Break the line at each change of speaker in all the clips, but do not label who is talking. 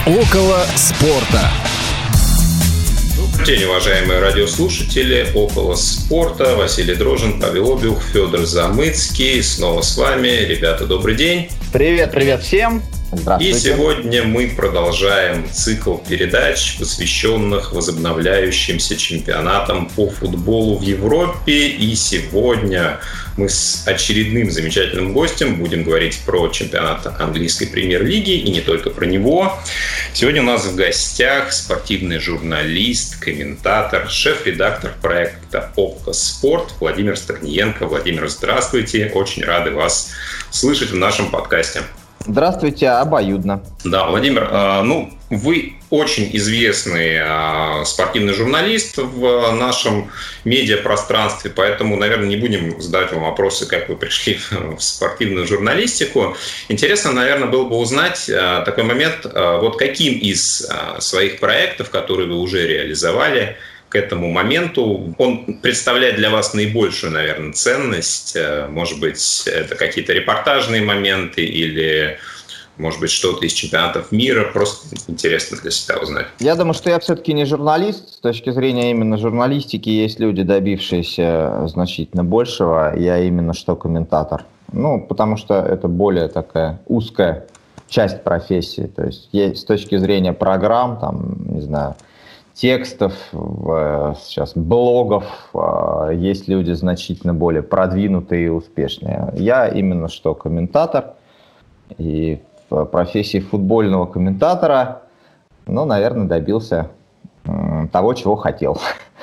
Около спорта.
Добрый день, уважаемые радиослушатели. Около спорта. Василий Дрожжин, Павел Обиух, Федор Замыцкий. Снова с вами. Ребята, добрый день.
Привет всем.
И сегодня мы продолжаем цикл передач, посвященных возобновляющимся чемпионатам по футболу в Европе. И сегодня мы с очередным замечательным гостем будем говорить про чемпионат английской премьер-лиги и не только про него. Сегодня у нас в гостях спортивный журналист, комментатор, шеф-редактор проекта «Около спорт» Владимир Стогниенко. Владимир, здравствуйте. Очень рады вас слышать в нашем подкасте.
Здравствуйте, обоюдно.
Да, Владимир, вы очень известный спортивный журналист в нашем медиапространстве, поэтому, наверное, не будем задавать вам вопросы, как вы пришли в спортивную журналистику. Интересно, наверное, было бы узнать такой момент, вот каким из своих проектов, которые вы уже реализовали к этому моменту, он представляет для вас наибольшую, наверное, ценность? Может быть, это какие-то репортажные моменты или, может быть, что-то из чемпионатов мира? Просто интересно для себя узнать.
Я думаю, что я все-таки не журналист. С точки зрения именно журналистики есть люди, добившиеся значительно большего. Я именно что комментатор. Потому что это более такая узкая часть профессии. То есть с точки зрения программ, текстов, сейчас блогов, есть люди значительно более продвинутые и успешные. Я именно что комментатор, и в профессии футбольного комментатора, наверное, добился того, чего хотел.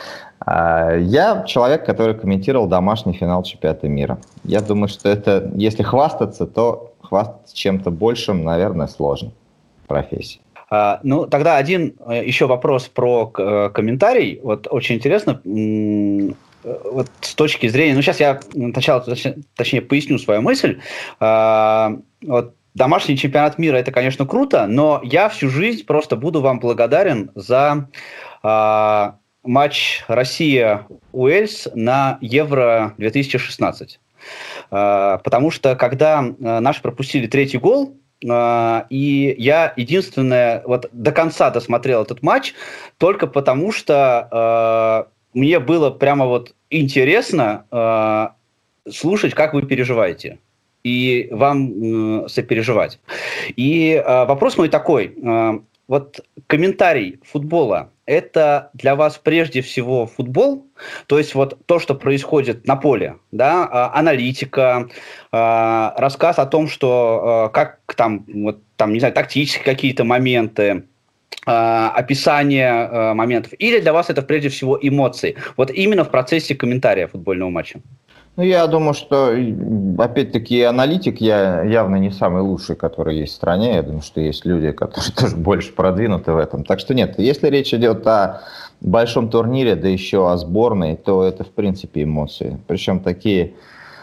Я человек, который комментировал домашний финал чемпионата мира. Я думаю, что это, если хвастаться, то хвастаться чем-то большим, наверное, сложно в профессии.
Тогда один еще вопрос про комментарий. Вот очень интересно, вот с точки зрения... сейчас я сначала, точнее, поясню свою мысль. Вот домашний чемпионат мира – это, конечно, круто, но я всю жизнь просто буду вам благодарен за матч Россия-Уэльс на Евро-2016. Потому что, когда наши пропустили третий гол, и я единственное, до конца досмотрел этот матч только потому, что мне было прямо интересно слушать, как вы переживаете, и вам сопереживать. И вопрос мой такой. Комментарий футбола – это для вас прежде всего футбол? То есть то, что происходит на поле, да, аналитика, рассказ о том, что как тактические какие-то моменты, описание моментов, или для вас это прежде всего эмоции? Именно в процессе комментария футбольного матча.
Я думаю, что, опять-таки, аналитик я явно не самый лучший, который есть в стране. Я думаю, что есть люди, которые тоже больше продвинуты в этом. Так что нет, если речь идет о большом турнире, да еще о сборной, то это, в принципе, эмоции. Причем такие,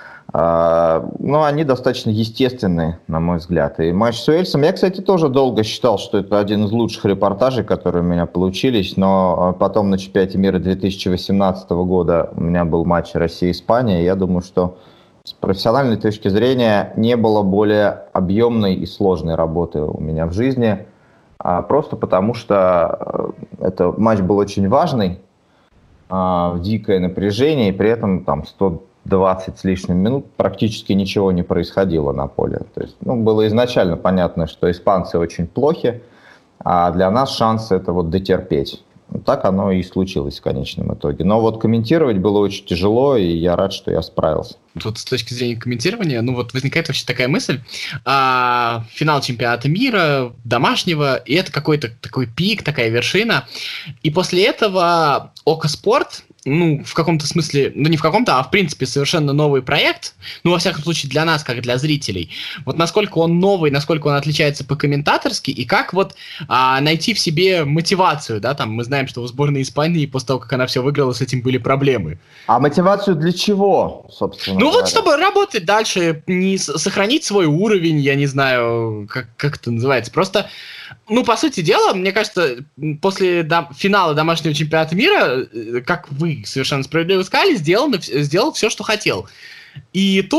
они достаточно естественные, на мой взгляд. И матч с Уэльсом, я, кстати, тоже долго считал, что это один из лучших репортажей, которые у меня получились, но потом на чемпионате мира 2018 года у меня был матч Россия-Испания, и я думаю, что с профессиональной точки зрения не было более объемной и сложной работы у меня в жизни, просто потому что этот матч был очень важный, дикое напряжение, и при этом 120 с лишним минут практически ничего не происходило на поле. То есть, было изначально понятно, что испанцы очень плохи, а для нас шанс это дотерпеть. Так оно и случилось в конечном итоге. Но комментировать было очень тяжело, и я рад, что я справился.
С точки зрения комментирования, возникает вообще такая мысль. Финал чемпионата мира, домашнего, и это какой-то такой пик, такая вершина. И после этого Около спорт, в каком-то смысле, не в каком-то, а в принципе совершенно новый проект, во всяком случае для нас, как для зрителей. Насколько он новый, насколько он отличается по-комментаторски, и как найти в себе мотивацию, да, мы знаем, что у сборной Испании после того, как она все выиграла, с этим были проблемы.
А мотивацию для чего, собственно?
Чтобы работать дальше, не сохранить свой уровень, я не знаю, как это называется, просто... по сути дела, мне кажется, после финала домашнего чемпионата мира, как вы совершенно справедливо сказали, сделал все, что хотел. И тут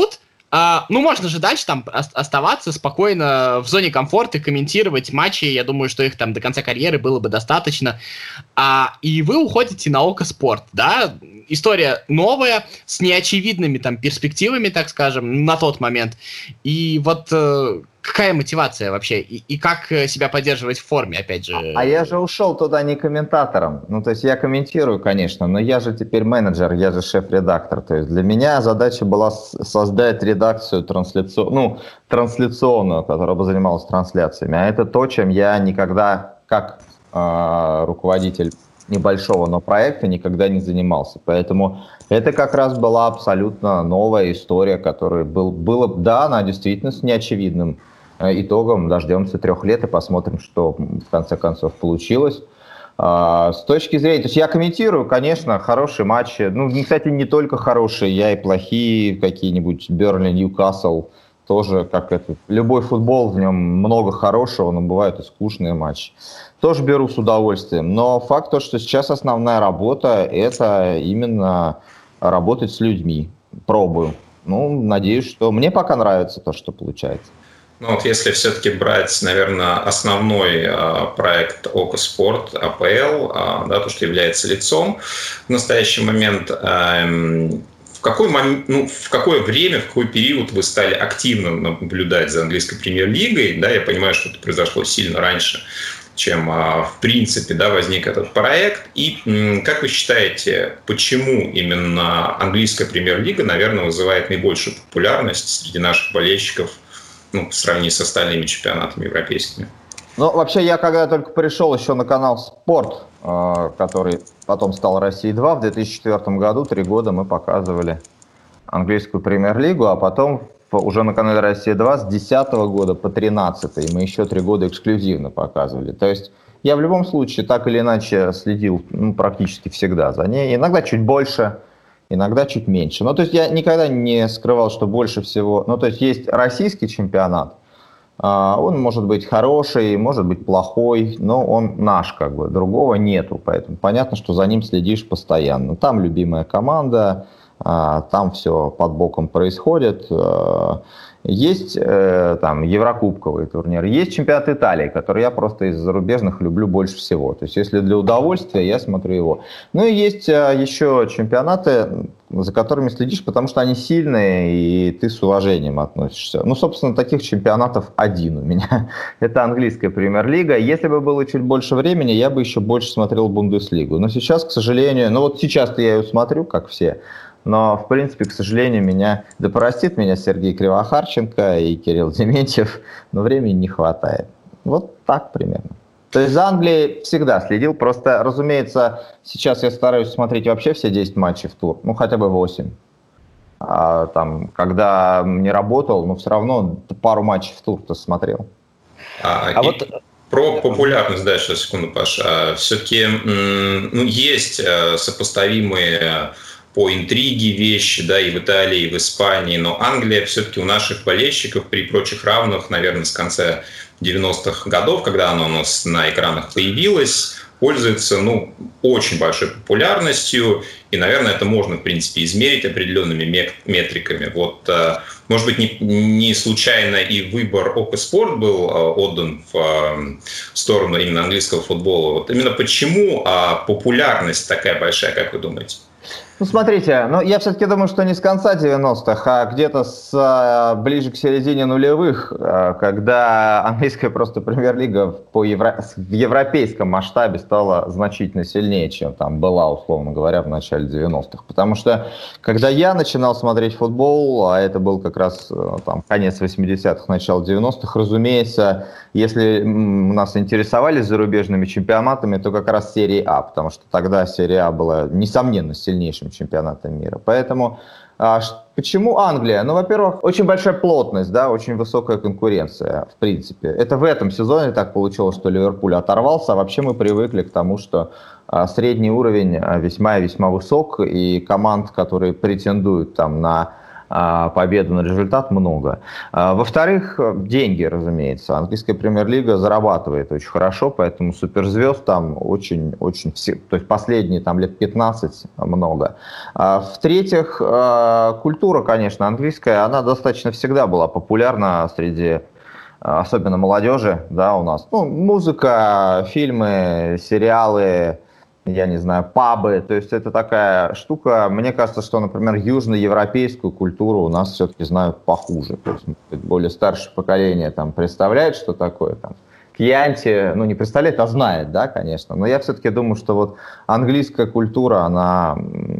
Ну, можно же дальше там оставаться спокойно в зоне комфорта, комментировать матчи. Я думаю, что их там до конца карьеры было бы достаточно. И вы уходите на ОКО Спорт, да? История новая, с неочевидными там перспективами, так скажем, на тот момент. И вот какая мотивация вообще? И как себя поддерживать в форме, опять же?
А я же ушел туда не комментатором. Ну, то есть я комментирую, конечно, но я же теперь менеджер, я же шеф-редактор. То есть для меня задача была создать редакцию трансляционную, которая бы занималась трансляциями. А это то, чем я никогда, как руководитель небольшого, но проекта, никогда не занимался. Поэтому это как раз была абсолютно новая история, которая была, она действительно с неочевидным итогом. Дождемся 3 лет и посмотрим, что в конце концов получилось. С точки зрения, то есть я комментирую, конечно, хорошие матчи. Ну, кстати, не только хорошие, я и плохие, какие-нибудь Бернли, Ньюкасл, тоже как это. Любой футбол, в нем много хорошего, но бывают и скучные матчи. Тоже беру с удовольствием. Но факт то, что сейчас основная работа, это именно работать с людьми. Пробую. Ну, надеюсь, что мне пока нравится то, что получается.
Ну вот если все-таки брать, наверное, основной проект ОКО Спорт, АПЛ, да, то, что является лицом в настоящий момент, в какое время, в какой период вы стали активно наблюдать за английской премьер-лигой? Да, я понимаю, что это произошло сильно раньше, чем, в принципе, да, возник этот проект. И как вы считаете, почему именно английская премьер-лига, наверное, вызывает наибольшую популярность среди наших болельщиков, в сравнении с остальными чемпионатами европейскими?
Ну, вообще, я когда только пришел еще на канал «Спорт», который потом стал «Россия-2», в 2004 году, 3 года мы показывали английскую премьер-лигу, а потом уже на канале «Россия-2» с 2010 года по 2013 мы еще 3 года эксклюзивно показывали. То есть я в любом случае так или иначе следил практически всегда за ней. Иногда чуть больше, иногда чуть меньше. Ну, то есть я никогда не скрывал, что больше всего... Ну, то есть есть российский чемпионат, он может быть хороший, может быть плохой, но он наш, как бы, другого нету. Поэтому понятно, что за ним следишь постоянно. Там любимая команда, там все под боком происходит. Есть там еврокубковые турниры, есть чемпионат Италии, который я просто из зарубежных люблю больше всего. То есть если для удовольствия, я смотрю его. Ну и есть еще чемпионаты, за которыми следишь, потому что они сильные, и ты с уважением относишься. Ну, собственно, таких чемпионатов один у меня. Это английская премьер-лига. Если бы было чуть больше времени, я бы еще больше смотрел Бундеслигу. Но сейчас, к сожалению, ну вот сейчас-то я ее смотрю, как все. Но, в принципе, к сожалению, да простит меня Сергей Кривохарченко и Кирилл Дементьев, но времени не хватает. Вот так примерно. То есть за Англией всегда следил, просто, разумеется, сейчас я стараюсь смотреть вообще все 10 матчей в тур, ну хотя бы 8. Там, когда не работал, но все равно пару матчей в тур-то смотрел.
Вот... Про популярность, да, сейчас, секунду, Паш. Все-таки есть сопоставимые по интриге вещи, да, и в Италии, и в Испании, но Англия все-таки у наших болельщиков при прочих равных, наверное, с конца 90-х годов, когда она у нас на экранах появилась, пользуется, очень большой популярностью, и, наверное, это можно, в принципе, измерить определенными метриками. Вот, может быть, не случайно и выбор ОКО Спорт был отдан в сторону именно английского футбола. Вот именно почему популярность такая большая, как вы думаете?
Ну, смотрите, я все-таки думаю, что не с конца 90-х, а где-то ближе к середине нулевых, когда английская просто премьер-лига в европейском масштабе стала значительно сильнее, чем там была, условно говоря, в начале 90-х. Потому что, когда я начинал смотреть футбол, а это был как раз там, конец 80-х, начало 90-х, разумеется, если нас интересовали зарубежными чемпионатами, то как раз серия А, потому что тогда серия А была, несомненно, сильнейшим чемпионатом мира. Поэтому почему Англия? Ну, во-первых, очень большая плотность, да, очень высокая конкуренция, в принципе. Это в этом сезоне так получилось, что Ливерпуль оторвался, а вообще мы привыкли к тому, что средний уровень весьма и весьма высок, и команд, которые претендуют там на победы на результат много. Во-вторых, деньги, разумеется. Английская премьер-лига зарабатывает очень хорошо, поэтому суперзвезд там очень-очень... То есть последние там лет 15 много. В-третьих, культура, конечно, английская, она достаточно всегда была популярна среди особенно молодежи, да, у нас. Ну, музыка, фильмы, сериалы, я не знаю, пабы. То есть это такая штука. Мне кажется, что, например, южноевропейскую культуру у нас все-таки знают похуже. То есть более старшее поколение там представляет, что такое там. Кьянти, ну, не представляет, а знает, да, конечно. Но я все-таки думаю, что вот английская культура, она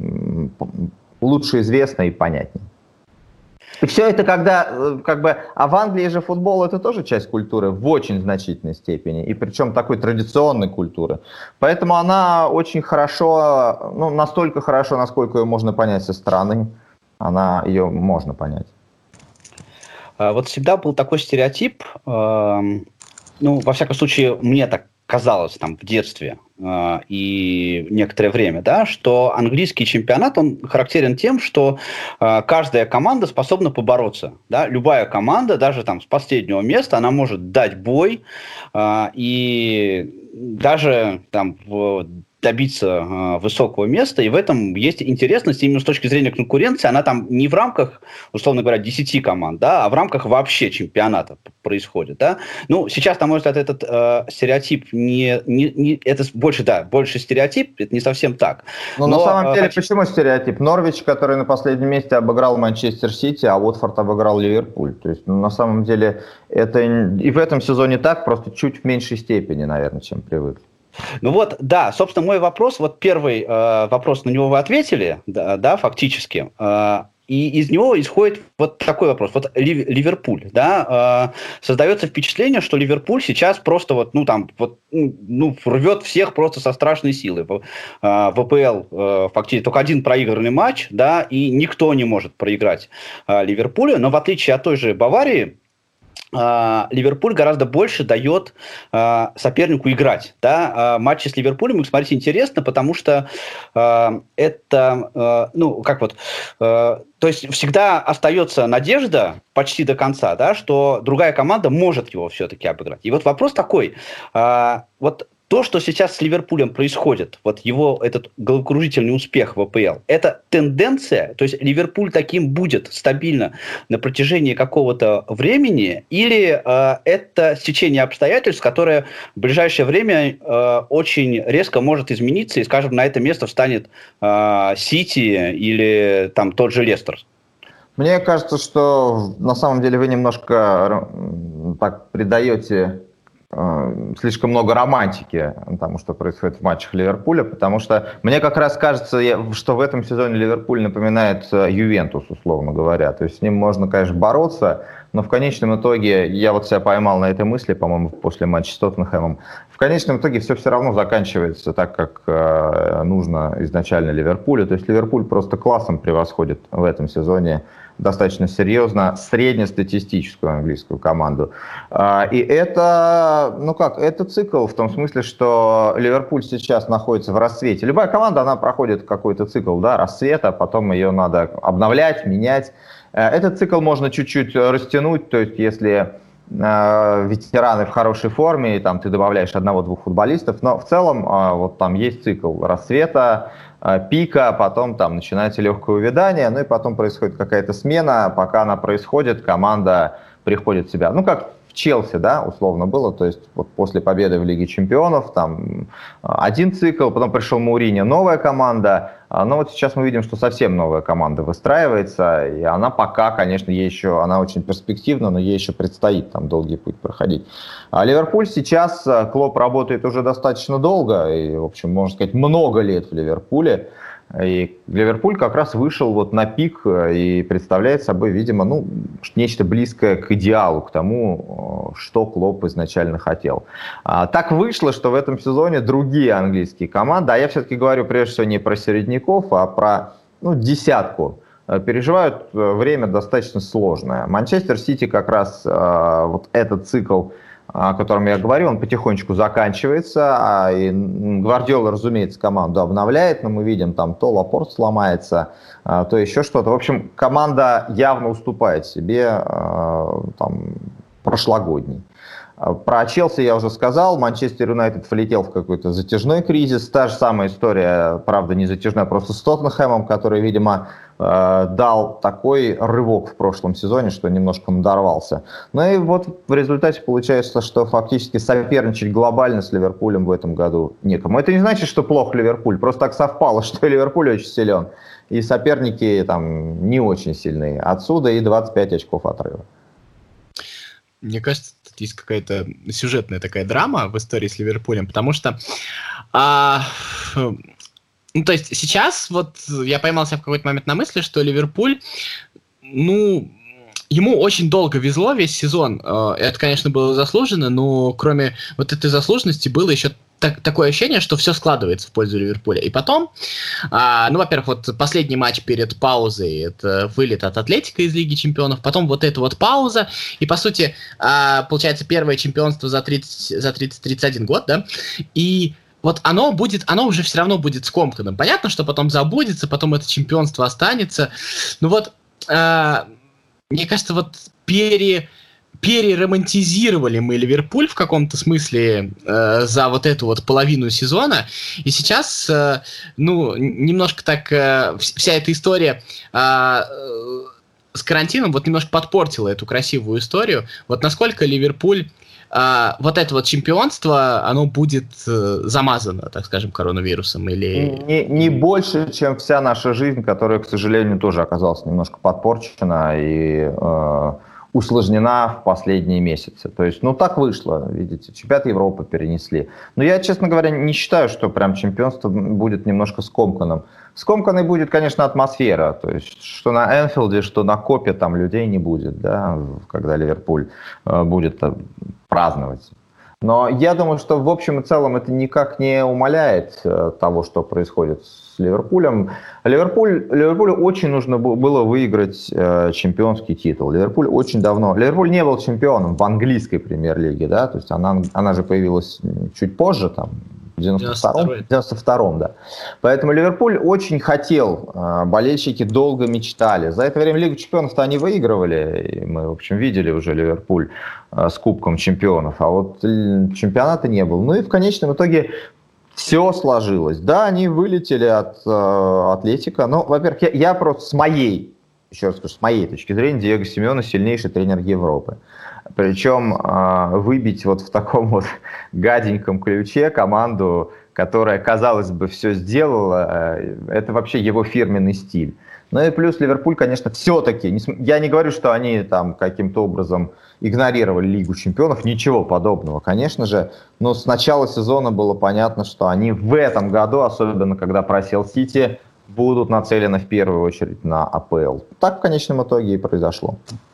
лучше известна и понятнее. И все это когда, как бы, а в Англии же футбол это тоже часть культуры в очень значительной степени, и причем такой традиционной культуры. Поэтому она очень хорошо, ну, настолько хорошо, насколько ее можно понять со стороны, ее можно понять.
Вот всегда был такой стереотип, ну, во всяком случае, мне так казалось там в детстве и некоторое время, да, что английский чемпионат, он характерен тем, что каждая команда способна побороться. Да? Любая команда, даже там с последнего места, она может дать бой и даже там добиться высокого места, и в этом есть интересность именно с точки зрения конкуренции. Она там не в рамках, условно говоря, 10 команд, да, а в рамках вообще чемпионата происходит. Да? Ну, сейчас, на мой взгляд, этот стереотип это больше стереотип, это не совсем так.
Но на самом деле, почему стереотип? Норвич, который на последнем месте обыграл Манчестер Сити, а Уотфорд обыграл Ливерпуль. То есть, на самом деле, это и в этом сезоне так, просто чуть в меньшей степени, наверное, чем привыкли.
Ну вот, да, собственно, мой вопрос, вот первый вопрос, на него вы ответили, да, фактически, и из него исходит вот такой вопрос. Вот Ливерпуль, да, создается впечатление, что Ливерпуль сейчас просто вот, рвет всех просто со страшной силой. В АПЛ фактически только один проигранный матч, да, и никто не может проиграть Ливерпулю, но в отличие от той же Баварии, Ливерпуль гораздо больше дает сопернику играть. Да? Матчи с Ливерпулем, смотрите, интересно, потому что это, то есть всегда остается надежда почти до конца, да, что другая команда может его все-таки обыграть. И вот вопрос такой, вот то, что сейчас с Ливерпулем происходит, вот его этот головокружительный успех в АПЛ, это тенденция, то есть Ливерпуль таким будет стабильно на протяжении какого-то времени, или это стечение обстоятельств, которое в ближайшее время очень резко может измениться, и, скажем, на это место встанет Сити или там тот же Лестер?
Мне кажется, что на самом деле вы немножко так придаете слишком много романтики тому, что происходит в матчах Ливерпуля, потому что мне как раз кажется, что в этом сезоне Ливерпуль напоминает Ювентус, условно говоря. То есть с ним можно, конечно, бороться, но в конечном итоге, я вот себя поймал на этой мысли, по-моему, после матча с Тоттенхэмом, в конечном итоге все равно заканчивается так, как нужно изначально Ливерпулю. То есть Ливерпуль просто классом превосходит в этом сезоне достаточно серьезно среднестатистическую английскую команду. И это, это цикл в том смысле, что Ливерпуль сейчас находится в расцвете. Любая команда, она проходит какой-то цикл, да, расцвета, потом ее надо обновлять, менять. Этот цикл можно чуть-чуть растянуть, то есть если ветераны в хорошей форме, и там ты добавляешь одного-двух футболистов, но в целом вот там есть цикл расцвета, пика, потом там начинается легкое увядание, ну и потом происходит какая-то смена, пока она происходит, команда приходит в себя. Ну, как в Челси, да, условно было, то есть вот после победы в Лиге Чемпионов там один цикл, потом пришел Мауриньо, новая команда, но вот сейчас мы видим, что совсем новая команда выстраивается, и она пока, конечно, она очень перспективна, но ей еще предстоит там долгий путь проходить. А Ливерпуль сейчас, Клопп работает уже достаточно долго, и, в общем, можно сказать, много лет в Ливерпуле. И Ливерпуль как раз вышел вот на пик и представляет собой, видимо, нечто близкое к идеалу, к тому, что Клопп изначально хотел. Так вышло, что в этом сезоне другие английские команды, а я все-таки говорю прежде всего не про середняков, а про десятку, переживают время достаточно сложное. Манчестер Сити как раз вот этот цикл о котором я говорю, он потихонечку заканчивается, и Гвардиола, разумеется, команду обновляет, но мы видим, там то Лапорт сломается, то еще что-то. В общем, команда явно уступает себе там, прошлогодней. Про Челси я уже сказал, Манчестер Юнайтед влетел в какой-то затяжной кризис. Та же самая история, правда, не затяжная, просто с Тоттенхэмом, который, видимо, дал такой рывок в прошлом сезоне, что немножко надорвался. Ну и вот в результате получается, что фактически соперничать глобально с Ливерпулем в этом году некому. Это не значит, что плох Ливерпуль, просто так совпало, что Ливерпуль очень силен, и соперники там не очень сильные. Отсюда и 25 очков отрыва.
Мне кажется, тут есть какая-то сюжетная такая драма в истории с Ливерпулем, потому что, ну, то есть сейчас вот я поймался в какой-то момент на мысли, что Ливерпуль, ну, ему очень долго везло весь сезон. Это, конечно, было заслуженно, но кроме вот этой заслуженности было еще такое ощущение, что все складывается в пользу Ливерпуля. И потом, ну, во-первых, вот последний матч перед паузой, это вылет от Атлетико из Лиги Чемпионов, потом вот эта вот пауза, и, по сути, получается, первое чемпионство за 30-31 год, да, и вот оно уже все равно будет скомканным. Понятно, что потом забудется, потом это чемпионство останется, но вот, мне кажется, вот переромантизировали мы Ливерпуль в каком-то смысле за вот эту вот половину сезона, и сейчас, ну, немножко так вся эта история с карантином вот немножко подпортила эту красивую историю. Вот насколько Ливерпуль, вот это вот чемпионство, оно будет замазано, так скажем, коронавирусом или...
Не больше, чем вся наша жизнь, которая, к сожалению, тоже оказалась немножко подпорчена и усложнена в последние месяцы. То есть, ну, так вышло, видите, чемпионат Европы перенесли. Но я, честно говоря, не считаю, что прям чемпионство будет немножко скомканным. Скомканной будет, конечно, атмосфера. То есть, что на Энфилде, что на Копе там людей не будет, да, когда Ливерпуль будет праздновать. Но я думаю, что в общем и целом это никак не умаляет того, что происходит с Ливерпулем. Ливерпулю очень нужно было выиграть чемпионский титул. Ливерпуль не был чемпионом в английской премьер-лиге, да, то есть она же появилась чуть позже, там, в 92-м, да. Поэтому Ливерпуль очень хотел, болельщики долго мечтали. За это время Лигу чемпионов-то они выигрывали, и мы, в общем, видели уже Ливерпуль с Кубком чемпионов, а вот чемпионата не было. Ну и в конечном итоге все сложилось. Да, они вылетели от Атлетико, но, во-первых, я просто еще раз скажу, с моей точки зрения, Диего Симеоне сильнейший тренер Европы. Причем выбить вот в таком вот гаденьком ключе команду, которая, казалось бы, все сделала, это вообще его фирменный стиль. Ну и плюс Ливерпуль, конечно, все-таки, я не говорю, что они там каким-то образом игнорировали Лигу Чемпионов, ничего подобного, конечно же, но с начала сезона было понятно, что они в этом году, особенно когда просел Сити, будут нацелены в первую очередь на АПЛ. Так в конечном итоге и произошло.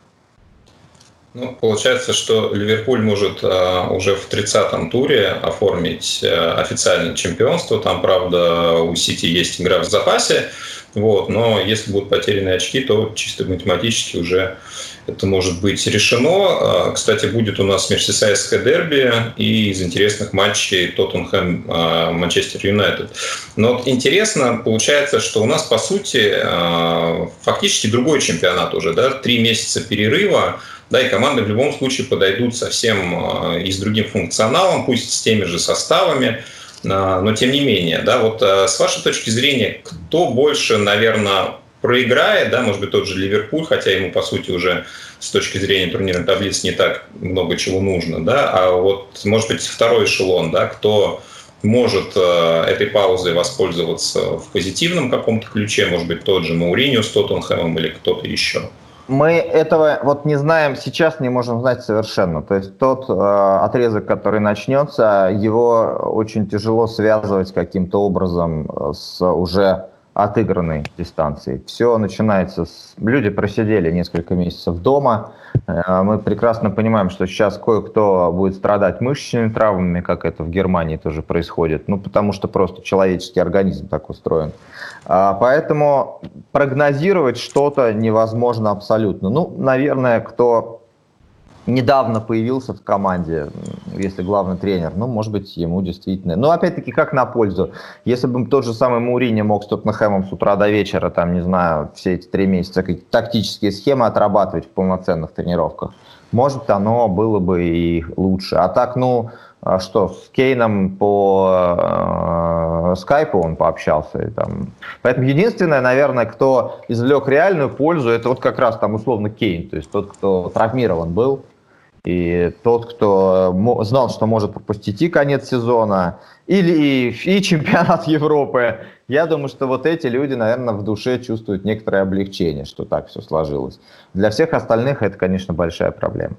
Ну, получается, что Ливерпуль может уже в 30-м туре оформить официальное чемпионство. Там, правда, у Сити есть игра в запасе. Вот, но если будут потеряны очки, то чисто математически уже это может быть решено. Кстати, будет у нас мерсисайдское дерби и из интересных матчей Тоттенхэм, Манчестер Юнайтед. Но вот интересно, получается, что у нас, по сути, фактически другой чемпионат уже, да, 3 месяца перерыва. Да, и команды в любом случае подойдут совсем и с другим функционалом, пусть с теми же составами, но тем не менее. Да, вот с вашей точки зрения, кто больше, наверное, проиграет, да, может быть, тот же Ливерпуль, хотя ему, по сути, уже с точки зрения турнирной таблицы не так много чего нужно, да, а вот, может быть, второй эшелон, да, кто может этой паузой воспользоваться в позитивном каком-то ключе, может быть, тот же Мауриньо с Тоттенхэмом или кто-то еще.
Мы этого вот не знаем, сейчас не можем знать совершенно. То есть тот отрезок, который начнется, его очень тяжело связывать каким-то образом с уже отыгранной дистанцией. Все начинается с... Люди просидели несколько месяцев дома. Мы прекрасно понимаем, что сейчас кое-кто будет страдать мышечными травмами, как это в Германии тоже происходит. Ну, потому что просто человеческий организм так устроен. Поэтому прогнозировать что-то невозможно абсолютно. Ну, наверное, кто недавно появился в команде, если главный тренер, ну, может быть, ему действительно... Но, опять-таки, как на пользу. Если бы тот же самый Мауриньо мог с Тоттенхэмом с утра до вечера, там, не знаю, все эти 3 месяца какие-то тактические схемы отрабатывать в полноценных тренировках, может, оно было бы и лучше. А так, ну, что, с Кейном по скайпу он пообщался. И там... Поэтому единственное, наверное, кто извлек реальную пользу, это вот как раз там условно Кейн, то есть тот, кто травмирован был, и тот, кто знал, что может пропустить и конец сезона, или и чемпионат Европы. Я думаю, что вот эти люди, наверное, в душе чувствуют некоторое облегчение, что так все сложилось. Для всех остальных это, конечно, большая проблема.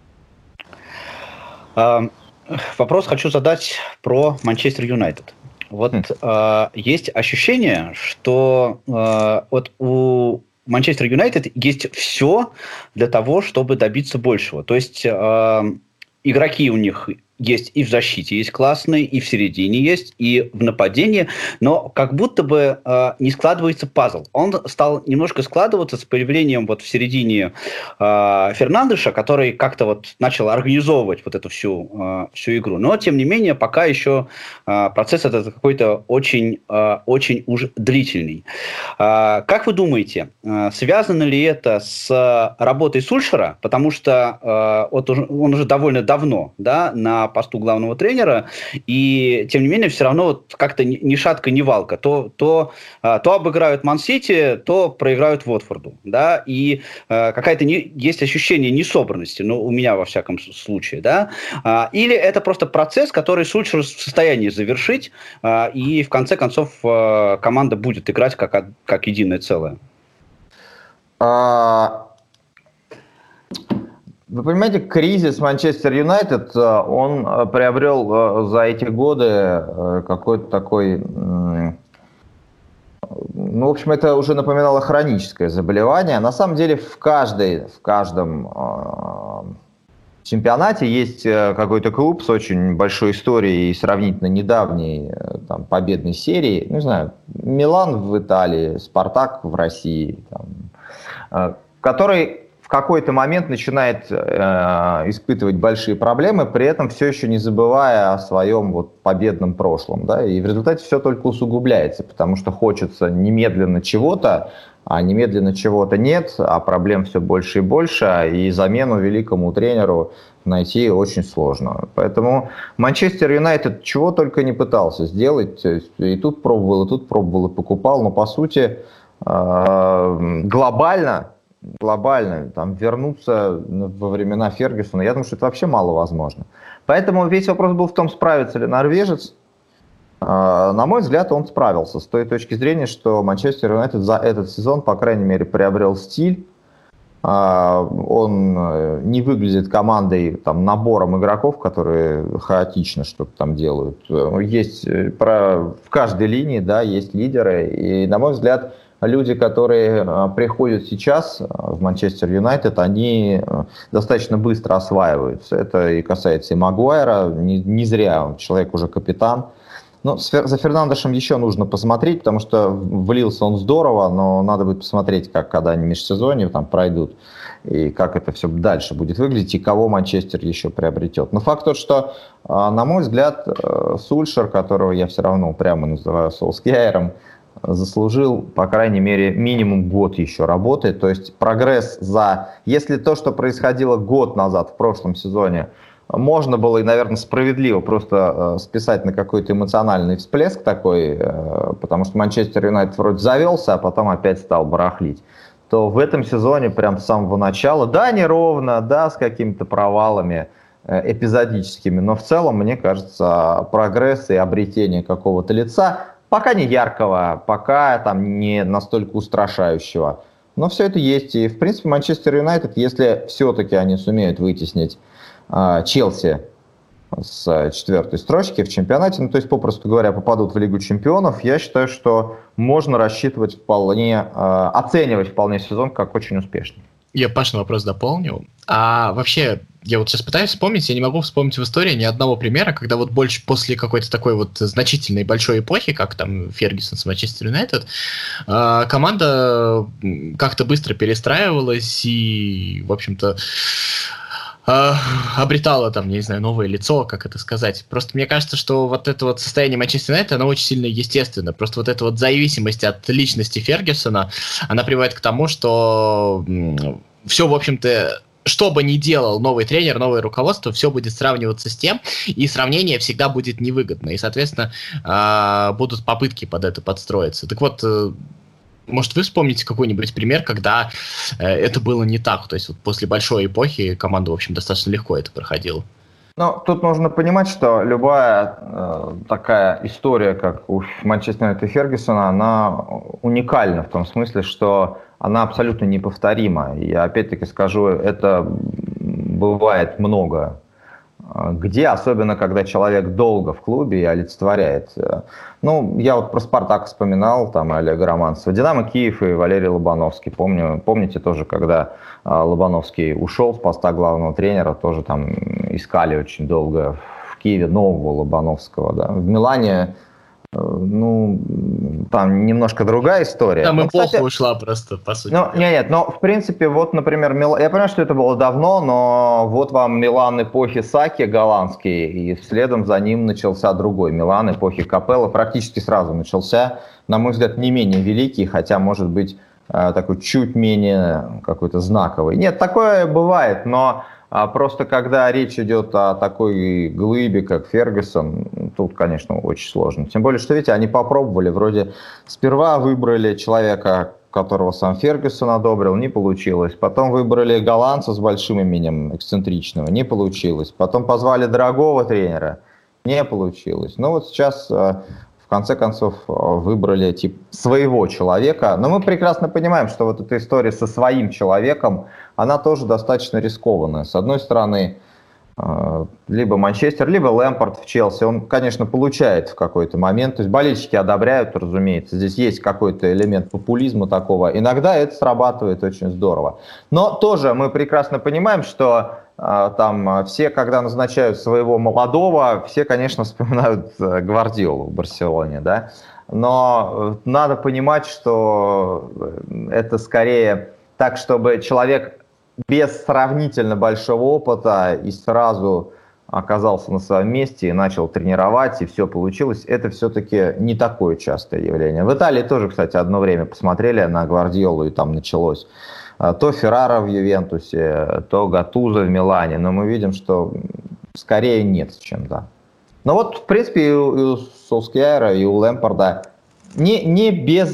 Вопрос хочу задать про Манчестер Юнайтед. Вот есть ощущение, что вот у Манчестер Юнайтед есть все для того, чтобы добиться большего. То есть игроки у них есть и в защите есть классные, и в середине есть, и в нападении, но как будто бы не складывается пазл. Он стал немножко складываться с появлением вот в середине Фернандеша, который как-то вот начал организовывать вот эту всю игру. Но, тем не менее, пока еще процесс этот какой-то очень уж длительный. Как вы думаете, связано ли это с работой Сульшера? Потому что он уже довольно давно, да, на посту главного тренера, и тем не менее все равно вот как-то ни шатка, ни валка. То обыграют Ман-Сити, то проиграют Уотфорду, да, и какая-то есть ощущение несобранности, ну, у меня во всяком случае, да, или это просто процесс, который Сульшер в состоянии завершить, и в конце концов команда будет играть как единое целое.
Вы понимаете, кризис Манчестер Юнайтед, он приобрел за эти годы какой-то такой, ну, в общем, это уже напоминало хроническое заболевание. На самом деле в каждом чемпионате есть какой-то клуб с очень большой историей и сравнительно недавней там, победной серией. Не знаю, Милан в Италии, Спартак в России, там, который в какой-то момент начинает испытывать большие проблемы, при этом все еще не забывая о своем вот победном прошлом. Да? И в результате все только усугубляется, потому что хочется немедленно чего-то, а немедленно чего-то нет, а проблем все больше и больше, и замену великому тренеру найти очень сложно. Поэтому Манчестер Юнайтед чего только не пытался сделать, и тут пробовал, и покупал, но по сути глобально там, вернуться во времена Фергюсона, я думаю, что это вообще маловозможно. Поэтому весь вопрос был в том, справится ли норвежец. На мой взгляд, он справился с той точки зрения, что Манчестер Юнайтед за этот сезон, по крайней мере, приобрел стиль. Он не выглядит командой, там, набором игроков, которые хаотично что-то там делают. Есть в каждой линии, да, есть лидеры. И, на мой взгляд, люди, которые приходят сейчас в Манчестер Юнайтед, они достаточно быстро осваиваются. Это и касается и Магуайра, не зря он человек уже капитан. Но за Фернандешем еще нужно посмотреть, потому что влился он здорово, но надо будет посмотреть, когда они межсезонье там пройдут, и как это все дальше будет выглядеть, и кого Манчестер еще приобретет. Но факт тот, что, на мой взгляд, Сульшер, которого я все равно прямо называю Солскjaer'ом, заслужил, по крайней мере, минимум год еще работы. То есть прогресс Если то, что происходило год назад в прошлом сезоне, можно было и, наверное, справедливо просто списать на какой-то эмоциональный всплеск такой, потому что Манчестер Юнайтед вроде завелся, а потом опять стал барахлить, то в этом сезоне прям с самого начала, да, неровно, да, с какими-то провалами эпизодическими, но в целом, мне кажется, прогресс и обретение какого-то лица, пока не яркого, пока там не настолько устрашающего, но все это есть. И, в принципе, Манчестер Юнайтед, если все-таки они сумеют вытеснить Челси с 4-й строчки в чемпионате, ну, то есть, попросту говоря, попадут в Лигу чемпионов, я считаю, что можно рассчитывать оценивать вполне сезон как очень успешный.
Я Пашин вопрос дополнил. А вообще, я вот сейчас пытаюсь вспомнить, я не могу вспомнить в истории ни одного примера, когда вот больше после какой-то такой вот значительной большой эпохи, как там Фергюсон с Манчестер Юнайтед, команда как-то быстро перестраивалась и, в общем-то, обретала там, я не знаю, новое лицо, как это сказать. Просто мне кажется, что вот это вот состояние Манчестер Юнайтед, оно очень сильно естественно. Просто вот эта вот зависимость от личности Фергюсона, она приводит к тому, что все, в общем-то, что бы ни делал новый тренер, новое руководство, все будет сравниваться с тем, и сравнение всегда будет невыгодно. И, соответственно, будут попытки под это подстроиться. Так вот, может, вы вспомните какой-нибудь пример, когда это было не так? То есть вот после большой эпохи команда, в общем, достаточно легко это проходила.
Ну, тут нужно понимать, что любая такая история, как у Манчестер Юнайтед и Фергюсона, она уникальна в том смысле, что она абсолютно неповторима. Я опять-таки скажу, это бывает много где, особенно когда человек долго в клубе и олицетворяет. Ну, я вот про «Спартак» вспоминал, там, Олега Романцева, «Динамо» Киев и Валерий Лобановский. Помните тоже, когда Лобановский ушел с поста главного тренера, тоже там искали очень долго в Киеве нового Лобановского. Да. В «Милане», ну, там немножко другая история.
Там эпоха ушла просто, по сути.
Ну, нет, но в принципе, вот, например, я понимаю, что это было давно, но вот вам Милан эпохи Саки голландский, и следом за ним начался другой Милан эпохи Капелло, практически сразу начался, на мой взгляд, не менее великий, хотя, может быть, такой чуть менее какой-то знаковый. Нет, такое бывает, но просто когда речь идет о такой глыбе, как Фергюсон, тут, конечно, очень сложно. Тем более, что, видите, они попробовали, вроде сперва выбрали человека, которого сам Фергюсон одобрил, не получилось. Потом выбрали голландца с большим именем, эксцентричного, не получилось. Потом позвали дорогого тренера, не получилось. Ну вот сейчас, в конце концов, выбрали тип своего человека. Но мы прекрасно понимаем, что вот эта история со своим человеком, она тоже достаточно рискованная. С одной стороны, либо Манчестер, либо Лэмпард в Челси. Он, конечно, получает в какой-то момент. То есть болельщики одобряют, разумеется. Здесь есть какой-то элемент популизма такого. Иногда это срабатывает очень здорово. Но тоже мы прекрасно понимаем, что там все, когда назначают своего молодого, все, конечно, вспоминают Гвардиолу в Барселоне, да. Но надо понимать, что это скорее так, чтобы человек без сравнительно большого опыта и сразу оказался на своем месте и начал тренировать, и все получилось, это все-таки не такое частое явление. В Италии тоже, кстати, одно время посмотрели на Гвардиолу, и там началось то Феррара в Ювентусе, то Гаттузо в Милане, но мы видим, что скорее нет, чем да. Но вот, в принципе, и у Солскjaer, и у Лэмпарда не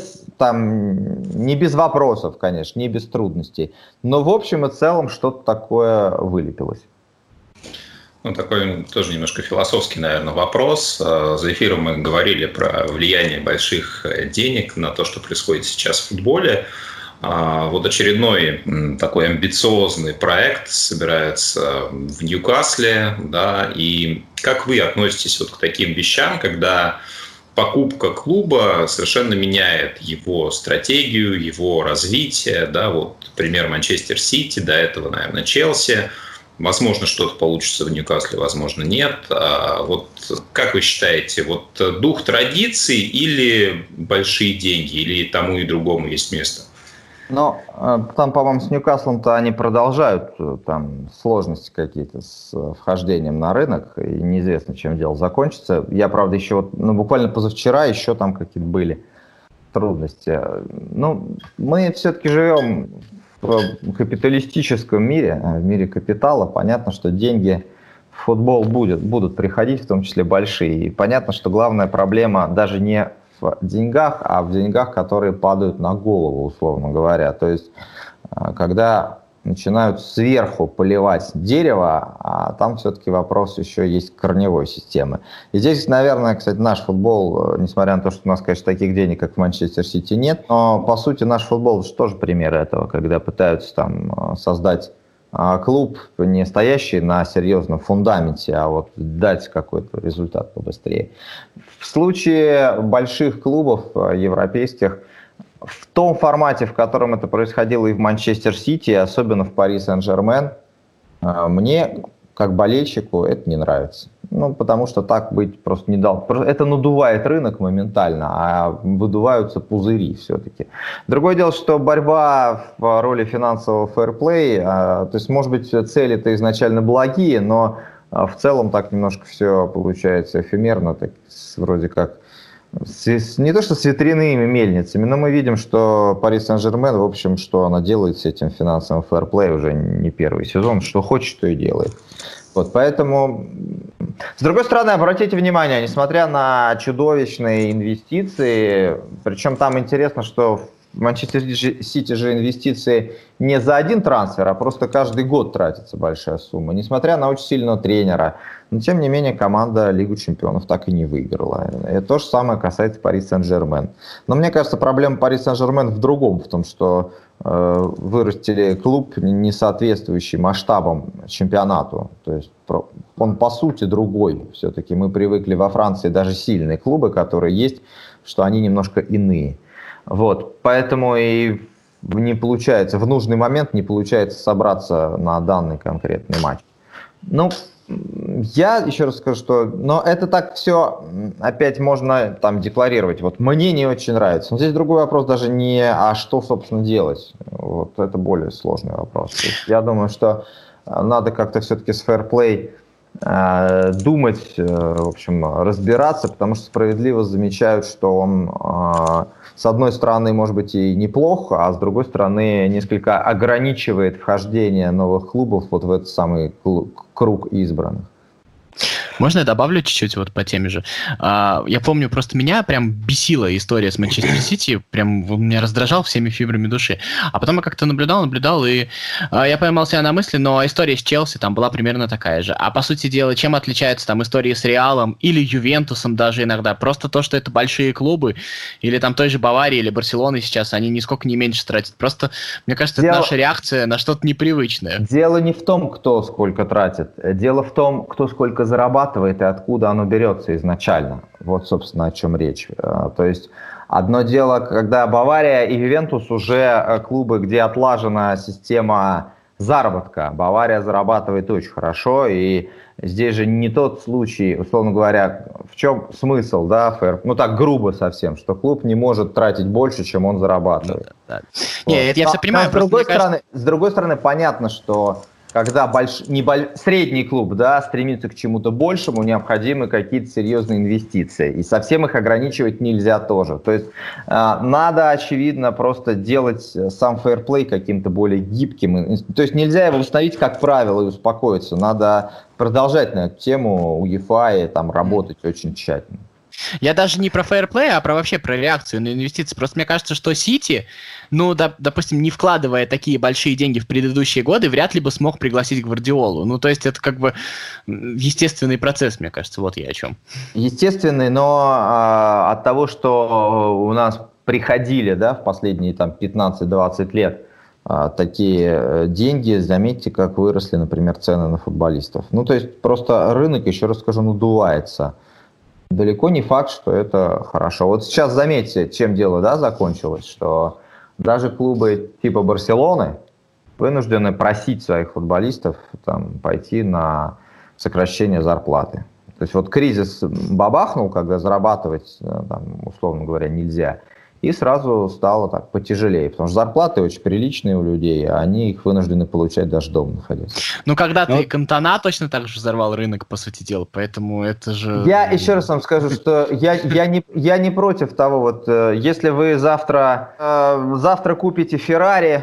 без вопросов, конечно, не без трудностей, но в общем и целом что-то такое вылепилось.
Ну, такой тоже немножко философский, наверное, вопрос. За эфиром мы говорили про влияние больших денег на то, что происходит сейчас в футболе. Вот очередной такой амбициозный проект собирается в Ньюкасле, да, и как вы относитесь вот к таким вещам, когда покупка клуба совершенно меняет его стратегию, его развитие, да, вот пример Манчестер Сити, до этого, наверное, Челси, возможно, что-то получится в Ньюкасле, возможно, нет. Вот как вы считаете, вот дух традиций или большие деньги, или тому и другому есть место?
Но там, по-моему, с Ньюкаслом-то они продолжают, там сложности какие-то с вхождением на рынок, и неизвестно, чем дело закончится. Я, правда, еще вот, буквально позавчера еще там какие-то были трудности. Ну, мы все-таки живем в капиталистическом мире, в мире капитала. Понятно, что деньги в футбол будут приходить, в том числе большие. И понятно, что главная проблема даже не в деньгах, а в деньгах, которые падают на голову, условно говоря. То есть, когда начинают сверху поливать дерево, а там все-таки вопрос еще есть корневой системы. И здесь, наверное, кстати, наш футбол, несмотря на то, что у нас, конечно, таких денег, как в Манчестер Сити, нет, но, по сути, наш футбол же тоже пример этого, когда пытаются там создать клуб, не стоящий на серьезном фундаменте, а вот дать какой-то результат побыстрее. В случае больших клубов европейских, в том формате, в котором это происходило и в Манчестер Сити, особенно в Пари Сен-Жермен, мне как болельщику это не нравится. Ну, потому что так быть просто не дал. Это надувает рынок моментально, а выдуваются пузыри все-таки. Другое дело, что борьба в роли финансового фэрплей, то есть, может быть, цели-то изначально благие, но в целом так немножко все получается эфемерно, так, вроде как не то что с ветряными мельницами, но мы видим, что Пари Сен-Жермен, в общем, что она делает с этим финансовым фэрплей уже не первый сезон, что хочет, то и делает. Вот, поэтому, с другой стороны, обратите внимание, несмотря на чудовищные инвестиции, причем там интересно, что в Манчестер Сити же инвестиции не за один трансфер, а просто каждый год тратится большая сумма. Несмотря на очень сильного тренера, но тем не менее команда Лигу Чемпионов так и не выиграла. И то же самое касается Пари Сен-Жермен. Но мне кажется, проблема Пари Сен-Жермен в другом, в том, что вырастили клуб, не соответствующий масштабам чемпионату. То есть он по сути другой. Все-таки мы привыкли во Франции даже сильные клубы, которые есть, что они немножко иные. Вот, поэтому и не получается, в нужный момент не получается собраться на данный конкретный матч. Ну, я еще раз скажу, что, но это так все опять можно там декларировать. Вот мне не очень нравится. Но здесь другой вопрос даже не, а что, собственно, делать. Вот это более сложный вопрос. То есть я думаю, что надо как-то все-таки с фэрплей думать, в общем, разбираться, потому что справедливо замечают, что он, с одной стороны, может быть и неплох, а с другой стороны, несколько ограничивает вхождение новых клубов вот в этот самый круг избранных.
Можно я добавлю чуть-чуть вот по теме же? Я помню, просто меня прям бесила история с Манчестер Сити, прям меня раздражал всеми фибрами души. А потом я как-то наблюдал, и я поймал себя на мысли, но история с Челси там была примерно такая же. А по сути дела, чем отличаются там истории с Реалом или Ювентусом даже иногда? Просто то, что это большие клубы, или там той же Баварии или Барселоны сейчас, они нисколько не меньше тратят. Просто, мне кажется, это наша реакция на что-то непривычное.
Дело не в том, кто сколько тратит. Дело в том, кто сколько зарабатывает и откуда оно берется изначально. Вот, собственно, о чем речь. То есть, одно дело, когда Бавария и Ювентус уже клубы, где отлажена система заработка. Бавария зарабатывает очень хорошо, и здесь же не тот случай, условно говоря, в чем смысл, да, ну так грубо совсем, что клуб не может тратить больше, чем он зарабатывает.
Да. Вот. Нет, я все понимаю.
С другой стороны, понятно, что когда средний клуб, да, стремится к чему-то большему, необходимы какие-то серьезные инвестиции. И совсем их ограничивать нельзя тоже. То есть надо, очевидно, просто делать сам фэрплей каким-то более гибким. То есть нельзя его установить как правило и успокоиться. Надо продолжать на эту тему УЕФА и там работать очень тщательно.
Я даже не про фэрплей, а вообще про реакцию на инвестиции. Просто мне кажется, что Сити, ну, допустим, не вкладывая такие большие деньги в предыдущие годы, вряд ли бы смог пригласить Гвардиолу. Ну, то есть это как бы естественный процесс, мне кажется, вот я о чем.
Естественный, но от того, что у нас приходили, да, в последние там 15-20 лет такие деньги, заметьте, как выросли, например, цены на футболистов. Ну, то есть просто рынок, еще раз скажу, надувается. Далеко не факт, что это хорошо. Вот сейчас заметьте, чем дело, да, закончилось, что даже клубы типа Барселоны вынуждены просить своих футболистов там, пойти на сокращение зарплаты. То есть вот кризис бабахнул, когда зарабатывать, там, условно говоря, нельзя, и сразу стало так потяжелее, потому что зарплаты очень приличные у людей, а они их вынуждены получать даже дома находясь.
Ну, когда-то и Кантона точно так же взорвал рынок, по сути дела, поэтому это же...
Я еще раз вам скажу, что я не против того, вот если вы завтра купите Феррари,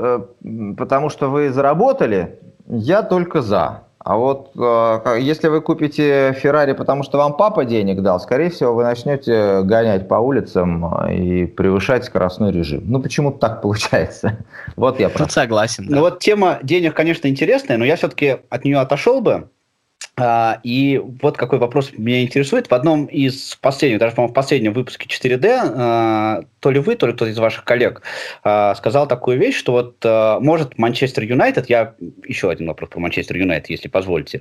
потому что вы заработали, я только за. А вот если вы купите Феррари, потому что вам папа денег дал, скорее всего, вы начнете гонять по улицам и превышать скоростной режим. Ну, почему-то так получается. Вот я прав.
Тут согласен.
Да. Ну, вот тема денег, конечно, интересная, но я все-таки от нее отошел бы. И вот какой вопрос меня интересует. В одном из последних, даже, по-моему, в последнем выпуске 4D, то ли вы, то ли кто-то из ваших коллег сказал такую вещь, что вот может Манчестер Юнайтед, я еще один вопрос про Манчестер Юнайтед, если позволите,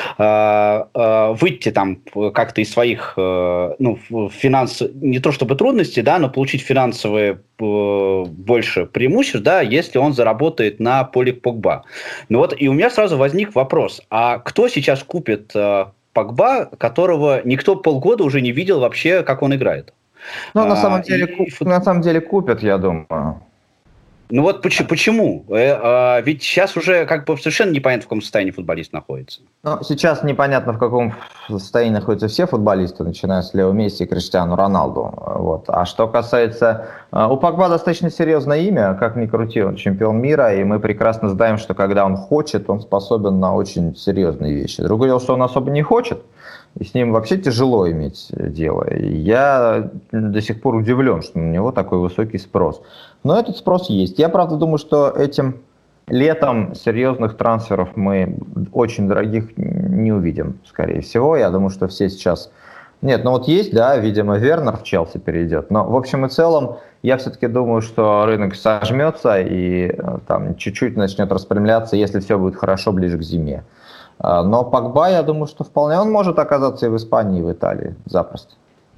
выйти там как-то из своих не то чтобы трудностей, да, но получить финансовые больше преимуществ, да, если он заработает на поле Погба. Ну вот, и у меня сразу возник вопрос, а кто сейчас купит Погба, которого никто полгода уже не видел вообще, как он играет?
Ну, на самом деле купят, я думаю.
Ну вот почему? Ведь сейчас уже как бы совершенно непонятно, в каком состоянии футболист находится.
Ну, сейчас непонятно, в каком состоянии находятся все футболисты, начиная с Лео Месси и Криштиану Роналду. Вот. А что касается... У Погба достаточно серьезное имя, как ни крути, он чемпион мира, и мы прекрасно знаем, что когда он хочет, он способен на очень серьезные вещи. Другое дело, что он особо не хочет, и с ним вообще тяжело иметь дело. И я до сих пор удивлен, что на него такой высокий спрос. Но этот спрос есть. Я, правда, думаю, что этим летом серьезных трансферов мы очень дорогих не увидим, скорее всего. Я думаю, что все сейчас... Нет, ну вот есть, да, видимо, Вернер в Челси перейдет. Но в общем и целом я все-таки думаю, что рынок сожмется и там чуть-чуть начнет распрямляться, если все будет хорошо ближе к зиме. Но Погба, я думаю, что вполне он может оказаться и в Испании, и в Италии запросто.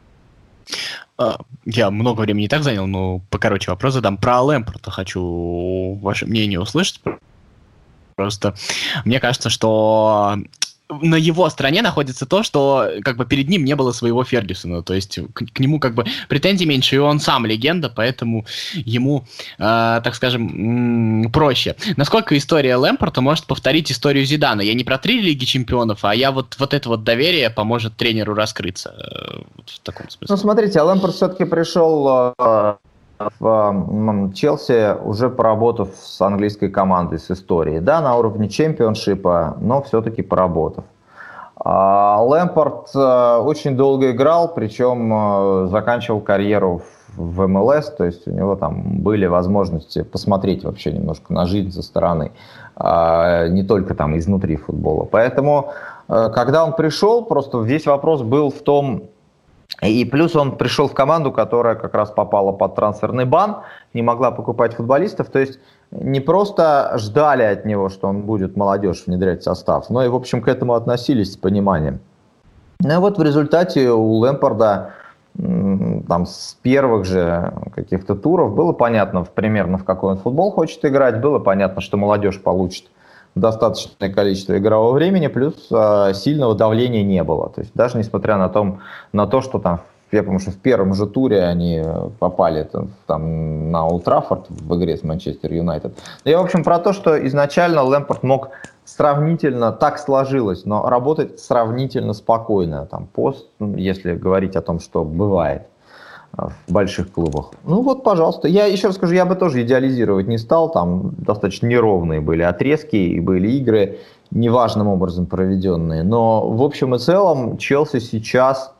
Я много времени и так занял, но покороче вопрос задам. Про Лэмпарда хочу ваше мнение услышать. Просто мне кажется, что на его стороне находится то, что как бы перед ним не было своего Фергюсона. То есть к нему как бы претензий меньше, и он сам легенда, поэтому ему, так скажем, проще. Насколько история Лэмпарда может повторить историю Зидана? Я не про 3 Лиги Чемпионов, а я вот это вот доверие поможет тренеру раскрыться. Вот в таком смысле.
Ну, смотрите, Лэмпард все-таки пришел в Челси, уже поработав с английской командой, с историей. Да, на уровне чемпионшипа, но все-таки поработав. Лэмпард очень долго играл, причем заканчивал карьеру в МЛС, то есть у него там были возможности посмотреть вообще немножко на жизнь со стороны, не только там изнутри футбола. Поэтому, когда он пришел, просто весь вопрос был в том, и плюс он пришел в команду, которая как раз попала под трансферный бан, не могла покупать футболистов, то есть не просто ждали от него, что он будет молодежь внедрять в состав, но и, в общем, к этому относились с пониманием. Ну и вот в результате у Лэмпарда там с первых же каких-то туров было понятно примерно, в какой он футбол хочет играть, было понятно, что молодежь получит достаточное количество игрового времени, плюс сильного давления не было. То есть даже несмотря на то, что там, я помню, что в первом же туре они попали там на Олд Траффорд в игре с Манчестер Юнайтед. Я, в общем, про то, что изначально Лэмпард мог сравнительно, так сложилось, но работать сравнительно спокойно, там, если говорить о том, что бывает в больших клубах. Ну вот, пожалуйста. Я еще раз скажу, я бы тоже идеализировать не стал. Там достаточно неровные были отрезки и были игры неважным образом проведенные. Но в общем и целом Челси сейчас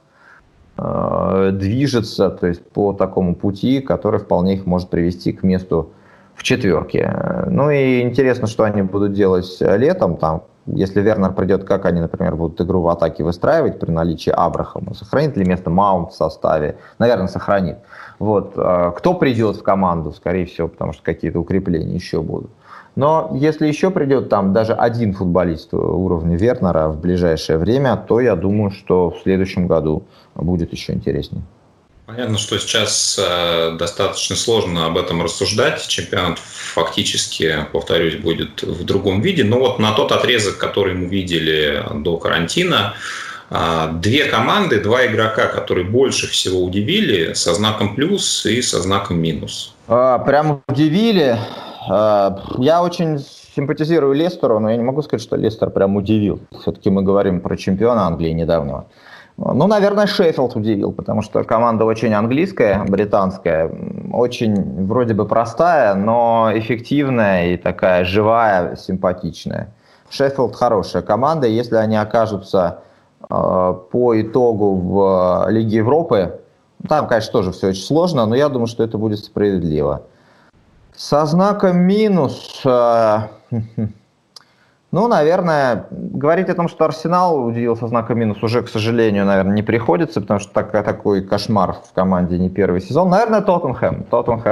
движется, то есть по такому пути, который вполне их может привести к месту в четверке. Ну и интересно, что они будут делать летом. Там, если Вернер придет, как они, например, будут игру в атаке выстраивать при наличии Абрахама. Сохранит ли место Маунт в составе? Наверное, сохранит. Вот. Кто придет в команду, скорее всего, потому что какие-то укрепления еще будут. Но если еще придет там даже один футболист уровня Вернера в ближайшее время, то я думаю, что в следующем году будет еще интереснее.
Понятно, что сейчас достаточно сложно об этом рассуждать. Чемпионат фактически, повторюсь, будет в другом виде. Но вот на тот отрезок, который мы видели до карантина, 2 команды, 2 игрока, которые больше всего удивили, со знаком плюс и со знаком минус.
Прям удивили. Я очень симпатизирую Лестеру, но я не могу сказать, что Лестер прям удивил. Все-таки мы говорим про чемпиона Англии недавнего. Ну, наверное, Шеффилд удивил, потому что команда очень английская, британская, очень вроде бы простая, но эффективная и такая живая, симпатичная. Шеффилд хорошая команда, если они окажутся по итогу в Лиге Европы, там, конечно, тоже все очень сложно, но я думаю, что это будет справедливо. Со знаком минус... Ну, наверное, говорить о том, что Арсенал удивил со знаком минус, уже, к сожалению, наверное, не приходится, потому что такой кошмар в команде не первый сезон. Наверное, Тоттенхэм.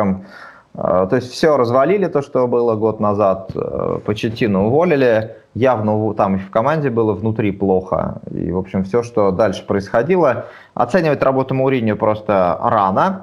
То есть все развалили, то, что было год назад. Почеттино уволили. Явно там и в команде было внутри плохо. И, в общем, все, что дальше происходило. Оценивать работу Мауриньо просто рано.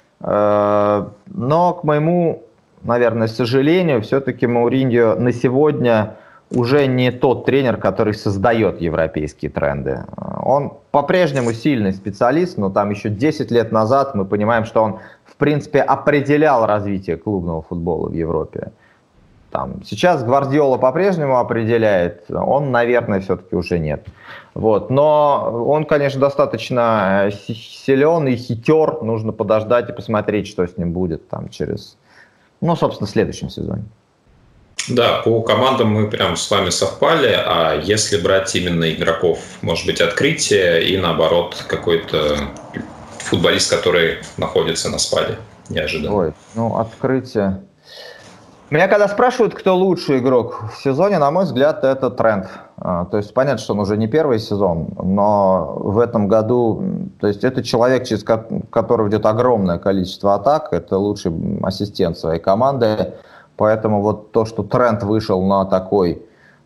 Но, к моему, наверное, сожалению, все-таки Мауриньо на сегодня уже не тот тренер, который создает европейские тренды. Он по-прежнему сильный специалист, но там еще 10 лет назад мы понимаем, что он, в принципе, определял развитие клубного футбола в Европе. Сейчас Гвардиола по-прежнему определяет, он, наверное, все-таки уже нет. Вот. Но он, конечно, достаточно силен и хитер, нужно подождать и посмотреть, что с ним будет там через, собственно, в следующем сезоне.
Да, по командам мы прям с вами совпали, а если брать именно игроков, может быть, открытие и, наоборот, какой-то футболист, который находится на спаде, неожиданно.
Открытие. Меня когда спрашивают, кто лучший игрок в сезоне, на мой взгляд, это Трент. То есть понятно, что он уже не первый сезон, но в этом году, то есть это человек, через которого идет огромное количество атак, это лучший ассистент своей команды. Поэтому вот то, что Трент вышел на такой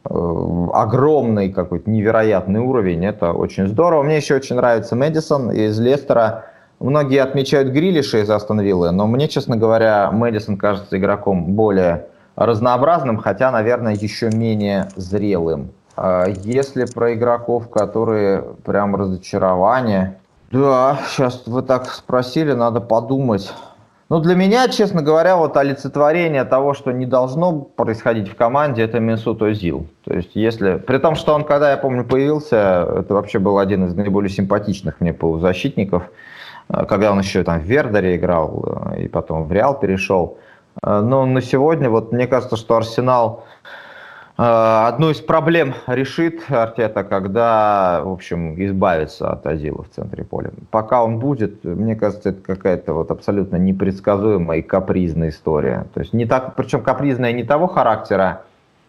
огромный какой-то невероятный уровень, это очень здорово. Мне еще очень нравится Мэдисон из Лестера. Многие отмечают Грилиша из Астон Виллы, но мне, честно говоря, Мэдисон кажется игроком более разнообразным, хотя, наверное, еще менее зрелым. Если про игроков, которые прям разочарование... Да, сейчас вы так спросили, надо подумать. Для меня, честно говоря, олицетворение того, что не должно происходить в команде, это Месут Озил. То есть, при том, что он, когда, я помню, появился, это вообще был один из наиболее симпатичных мне полузащитников, когда он еще там в Вердере играл и потом в Реал перешел. Но на сегодня, мне кажется, что Арсенал одну из проблем решит Артета, когда, в общем, избавится от Озила в центре поля. Пока он будет, мне кажется, это какая-то абсолютно непредсказуемая и капризная история. То есть причем капризная не того характера,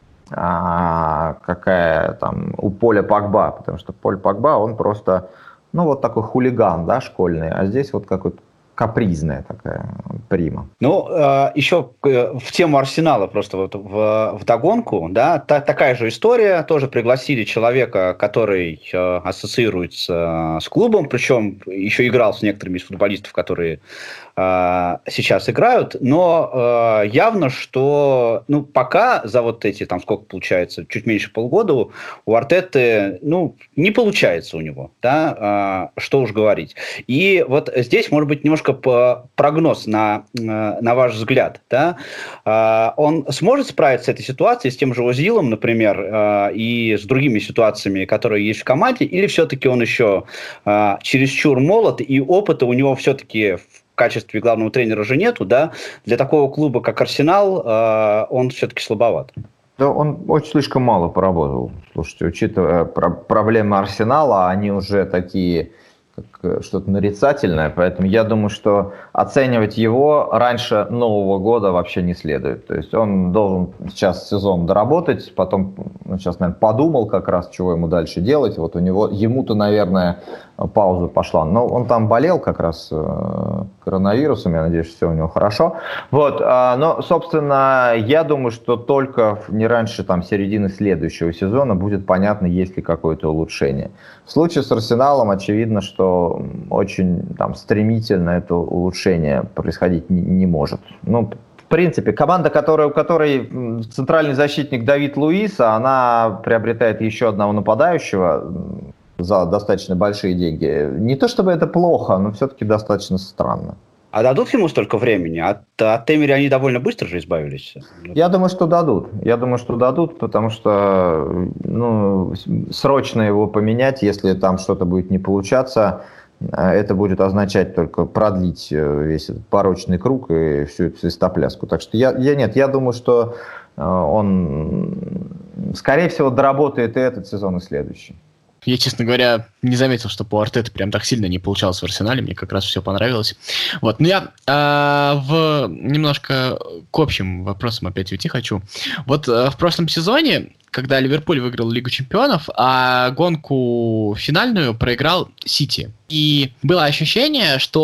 какая там у Поля Погба, потому что Поль Погба, он просто, такой хулиган, да, школьный, а здесь какой-то капризная такая прима.
Еще в тему Арсенала просто вдогонку, да, такая же история, тоже пригласили человека, который ассоциируется с клубом, причем еще играл с некоторыми из футболистов, которые сейчас играют, но явно, что пока за эти, сколько получается, чуть меньше полгода у Артеты, не получается у него, да, что уж говорить. И здесь, может быть, немножко прогноз на ваш взгляд, да, он сможет справиться с этой ситуацией, с тем же Озилом, например, и с другими ситуациями, которые есть в команде, или все-таки он еще чересчур молод, и опыта у него все-таки в качестве главного тренера уже нету, да, для такого клуба, как Арсенал, он все-таки слабоват.
Да, он очень слишком мало поработал. Слушайте, учитывая проблемы Арсенала, они уже такие, как что-то нарицательное, поэтому я думаю, что оценивать его раньше Нового года вообще не следует. То есть он должен сейчас сезон доработать, потом, сейчас, наверное, подумал как раз, чего ему дальше делать. Ему-то, наверное, пауза пошла. Но он там болел как раз коронавирусом, я надеюсь, все у него хорошо. Но, собственно, я думаю, что только не раньше середины следующего сезона будет понятно, есть ли какое-то улучшение. В случае с Арсеналом очевидно, что очень стремительно это улучшение происходить не может. В принципе, команда, у которой центральный защитник Давид Луис, она приобретает еще одного нападающего за достаточно большие деньги. Не то чтобы это плохо, но все-таки достаточно странно.
А дадут ему столько времени? От Эмери они довольно быстро же избавились.
Я думаю, что дадут, потому что срочно его поменять, если там что-то будет не получаться, это будет означать только продлить весь этот порочный круг и всю эту свистопляску. Так что я думаю, что он, скорее всего, доработает и этот сезон, и следующий.
Я, честно говоря, не заметил, что по Артете прям так сильно не получалось в Арсенале. Мне как раз все понравилось. Но я немножко к общим вопросам опять уйти хочу. В прошлом сезоне когда Ливерпуль выиграл Лигу Чемпионов, а гонку финальную проиграл Сити. И было ощущение, что,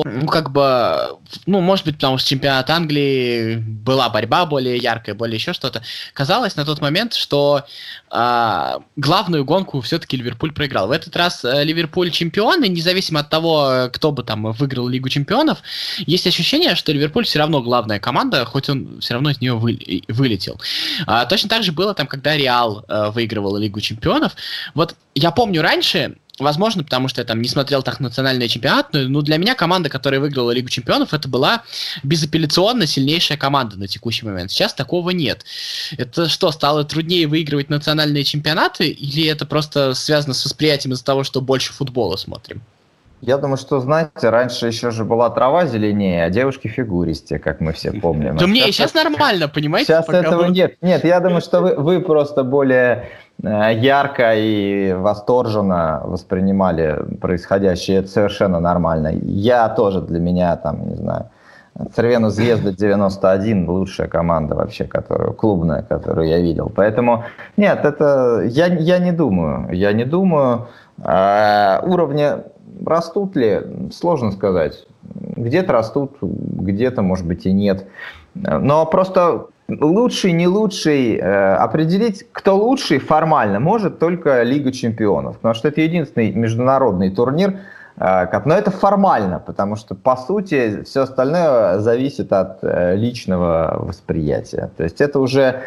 может быть, потому что чемпионат Англии была борьба более яркая, более еще что-то. Казалось на тот момент, что главную гонку все-таки Ливерпуль проиграл. В этот раз Ливерпуль чемпион, и независимо от того, кто бы там выиграл Лигу Чемпионов, есть ощущение, что Ливерпуль все равно главная команда, хоть он все равно из нее вылетел. Точно так же было там, когда Реал выигрывал Лигу Чемпионов. Вот я помню раньше, возможно, потому что я там не смотрел так национальный чемпионат, но для меня команда, которая выиграла Лигу Чемпионов, это была безапелляционно сильнейшая команда на текущий момент. Сейчас такого нет. Это что, стало труднее выигрывать национальные чемпионаты, или это просто связано с восприятием из-за того, что больше футбола смотрим?
Я думаю, что, знаете, раньше еще же была трава зеленее, а девушки фигуристее, как мы все помним.
Да мне и сейчас нормально, понимаете?
Сейчас этого нет. Нет, я думаю, что вы просто более ярко и восторженно воспринимали происходящее. Это совершенно нормально. Я тоже, для меня, там, не знаю, Цервена Звезда 91 лучшая команда вообще, клубная, которую я видел. Поэтому, нет, это я не думаю. Я не думаю. Уровни растут ли? Сложно сказать. Где-то растут, где-то, может быть, и нет. Но просто лучший, не лучший, определить, кто лучший формально может только Лига Чемпионов. Потому что это единственный международный турнир. Но это формально, потому что, по сути, все остальное зависит от личного восприятия. То есть это уже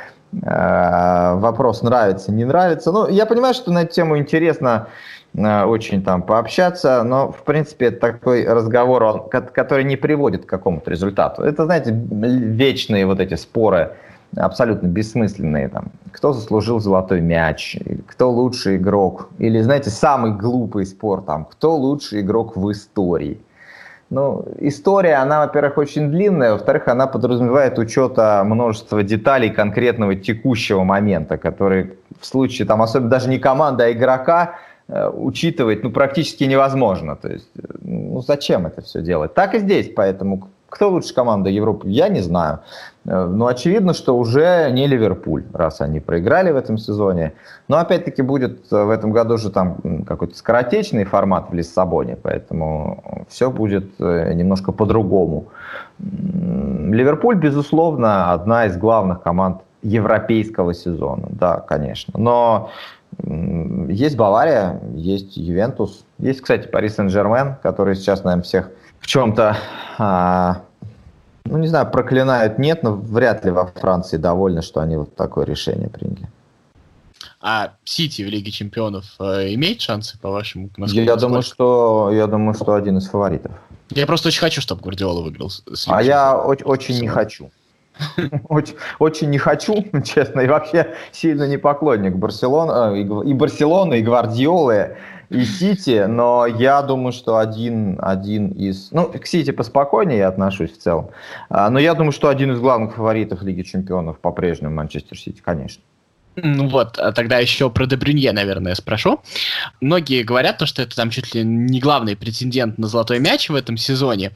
вопрос нравится, не нравится. Ну, я понимаю, что на эту тему интересно очень там пообщаться, но, в принципе, это такой разговор, который не приводит к какому-то результату. Это, знаете, вечные вот эти споры, абсолютно бессмысленные. Там, кто заслужил золотой мяч, кто лучший игрок, или, знаете, самый глупый спор, там, кто лучший игрок в истории. Ну, история, она, во-первых, очень длинная, во-вторых, она подразумевает учет множества деталей конкретного текущего момента, который в случае, там, особенно даже не команды, а игрока, учитывать, практически невозможно. То есть, зачем это все делать? Так и здесь, поэтому кто лучше команда Европы, я не знаю. Но очевидно, что уже не Ливерпуль, раз они проиграли в этом сезоне. Но опять-таки будет в этом году же там какой-то скоротечный формат в Лиссабоне, поэтому все будет немножко по-другому. Ливерпуль, безусловно, одна из главных команд европейского сезона, да, конечно. Но есть Бавария, есть Ювентус, есть, кстати, Пари Сен-Жермен, который сейчас, наверное, всех в чем-то, не знаю, проклинают, нет, но вряд ли во Франции довольны, что они вот такое решение приняли.
А Сити в Лиге Чемпионов имеет шансы, по-вашему?
Я думаю, что один из фаворитов.
Я просто очень хочу, чтобы Гвардиола выиграл.
Я очень не хочу. Очень не хочу, честно, и вообще сильно не поклонник Барселоны, и Гвардиолы, и Сити, но я думаю, что один из... к Сити поспокойнее я отношусь в целом, но я думаю, что один из главных фаворитов Лиги Чемпионов по-прежнему Манчестер Сити, конечно.
Тогда еще про Де Брюйне, наверное, спрошу. Многие говорят, что это там чуть ли не главный претендент на золотой мяч в этом сезоне.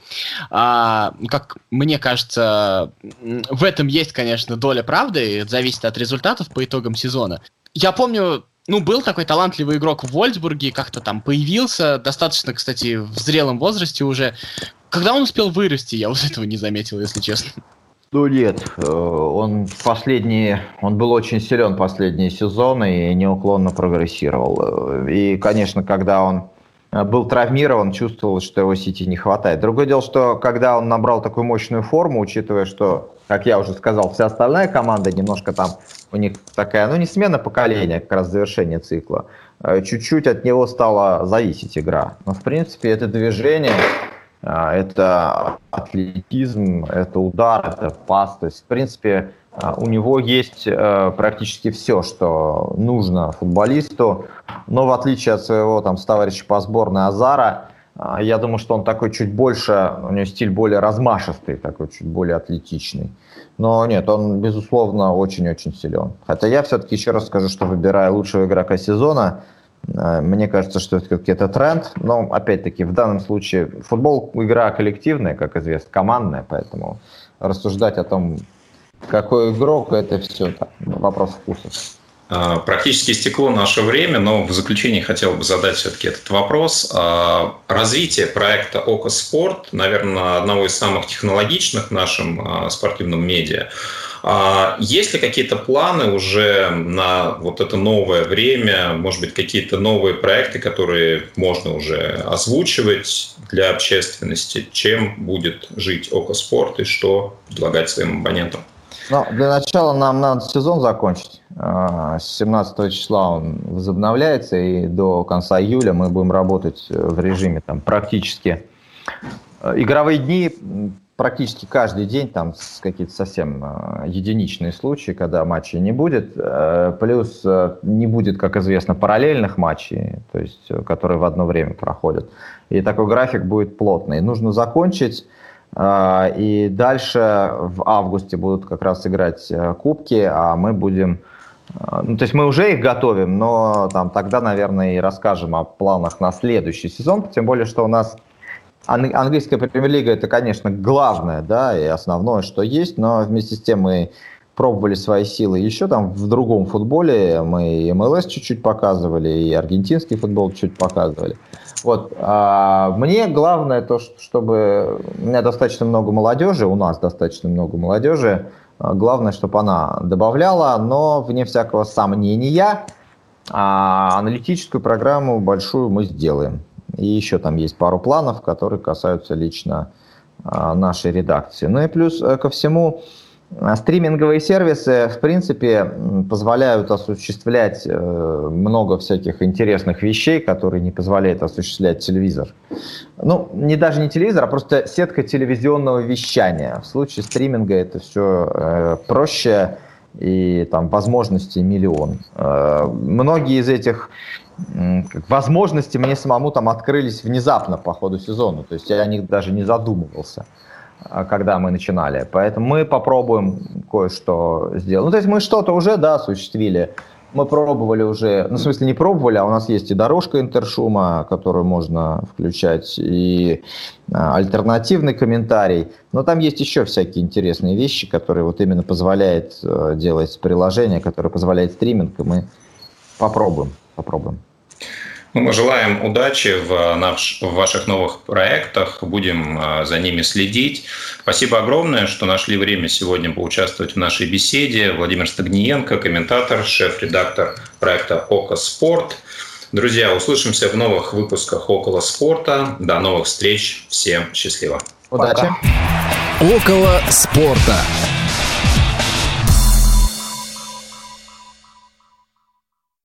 Как мне кажется, в этом есть, конечно, доля правды, это зависит от результатов по итогам сезона. Я помню, был такой талантливый игрок в Вольфсбурге, как-то там появился, достаточно, кстати, в зрелом возрасте уже. Когда он успел вырасти, я вот этого не заметил, если честно.
Нет, он был очень силен последние сезоны и неуклонно прогрессировал. И, конечно, когда он был травмирован, чувствовал, что его Сити не хватает. Другое дело, что когда он набрал такую мощную форму, учитывая, что, как я уже сказал, вся остальная команда немножко там, у них такая, не смена поколения, как раз завершение цикла, чуть-чуть от него стала зависеть игра. Но, в принципе, это движение... Это атлетизм, это удар, это пас. То есть, в принципе, у него есть практически все, что нужно футболисту. Но в отличие от своего товарища по сборной Азара, я думаю, что он такой чуть больше, у него стиль более размашистый, такой чуть более атлетичный. Но нет, он, безусловно, очень-очень силен. Хотя я все-таки еще раз скажу, что выбирая лучшего игрока сезона, мне кажется, что это тренд, но, опять-таки, в данном случае футбол – игра коллективная, как известно, командная, поэтому рассуждать о том, какой игрок – это все вопрос вкуса.
Практически истекло наше время, но в заключение хотел бы задать все-таки этот вопрос. Развитие проекта «Око Спорт», наверное, одного из самых технологичных в нашем спортивном медиа. Есть ли какие-то планы уже на вот это новое время, может быть, какие-то новые проекты, которые можно уже озвучивать для общественности? Чем будет жить «Око Спорт» и что предлагать своим абонентам?
Ну, для начала нам надо сезон закончить. С 17 числа он возобновляется, и до конца июля мы будем работать в режиме там, практически игровые дни, практически каждый день, там какие-то совсем единичные случаи, когда матчей не будет. Плюс не будет, как известно, параллельных матчей, то есть, которые в одно время проходят. И такой график будет плотный. Нужно закончить. И дальше в августе будут как раз играть кубки, а мы будем... Ну, то есть мы уже их готовим, но там, тогда, наверное, и расскажем о планах на следующий сезон. Тем более, что у нас английская премьер-лига – это, конечно, главное, да, и основное, что есть, но вместе с тем мы пробовали свои силы еще там в другом футболе. Мы и МЛС чуть-чуть показывали, и аргентинский футбол чуть показывали. Вот. Мне главное то, чтобы у меня достаточно много молодежи, у нас достаточно много молодежи. Главное, чтобы она добавляла, но вне всякого сомнения аналитическую программу большую мы сделаем. И еще там есть пару планов, которые касаются лично нашей редакции. Ну и плюс ко всему, стриминговые сервисы, в принципе, позволяют осуществлять много всяких интересных вещей, которые не позволяет осуществлять телевизор. Ну, даже не телевизор, а просто сетка телевизионного вещания. В случае стриминга это все проще, и там возможностей миллион. Многие из этих возможностей мне самому там открылись внезапно по ходу сезона, то есть я о них даже не задумывался, когда мы начинали. Поэтому мы попробуем кое-что сделать. Ну, то есть мы что-то уже, да, осуществили. Мы пробовали уже, ну, в смысле не пробовали, а у нас есть и дорожка интершума, которую можно включать, и альтернативный комментарий. Но там есть еще всякие интересные вещи, которые вот именно позволяют делать приложение, которое позволяет стриминг, и мы попробуем.
Мы желаем удачи в ваших новых проектах, будем за ними следить. Спасибо огромное, что нашли время сегодня поучаствовать в нашей беседе. Владимир Стагниенко, комментатор, шеф-редактор проекта «Око Спорт». Друзья, услышимся в новых выпусках «Около спорта». До новых встреч. Всем счастливо.
Удачи.
Около спорта.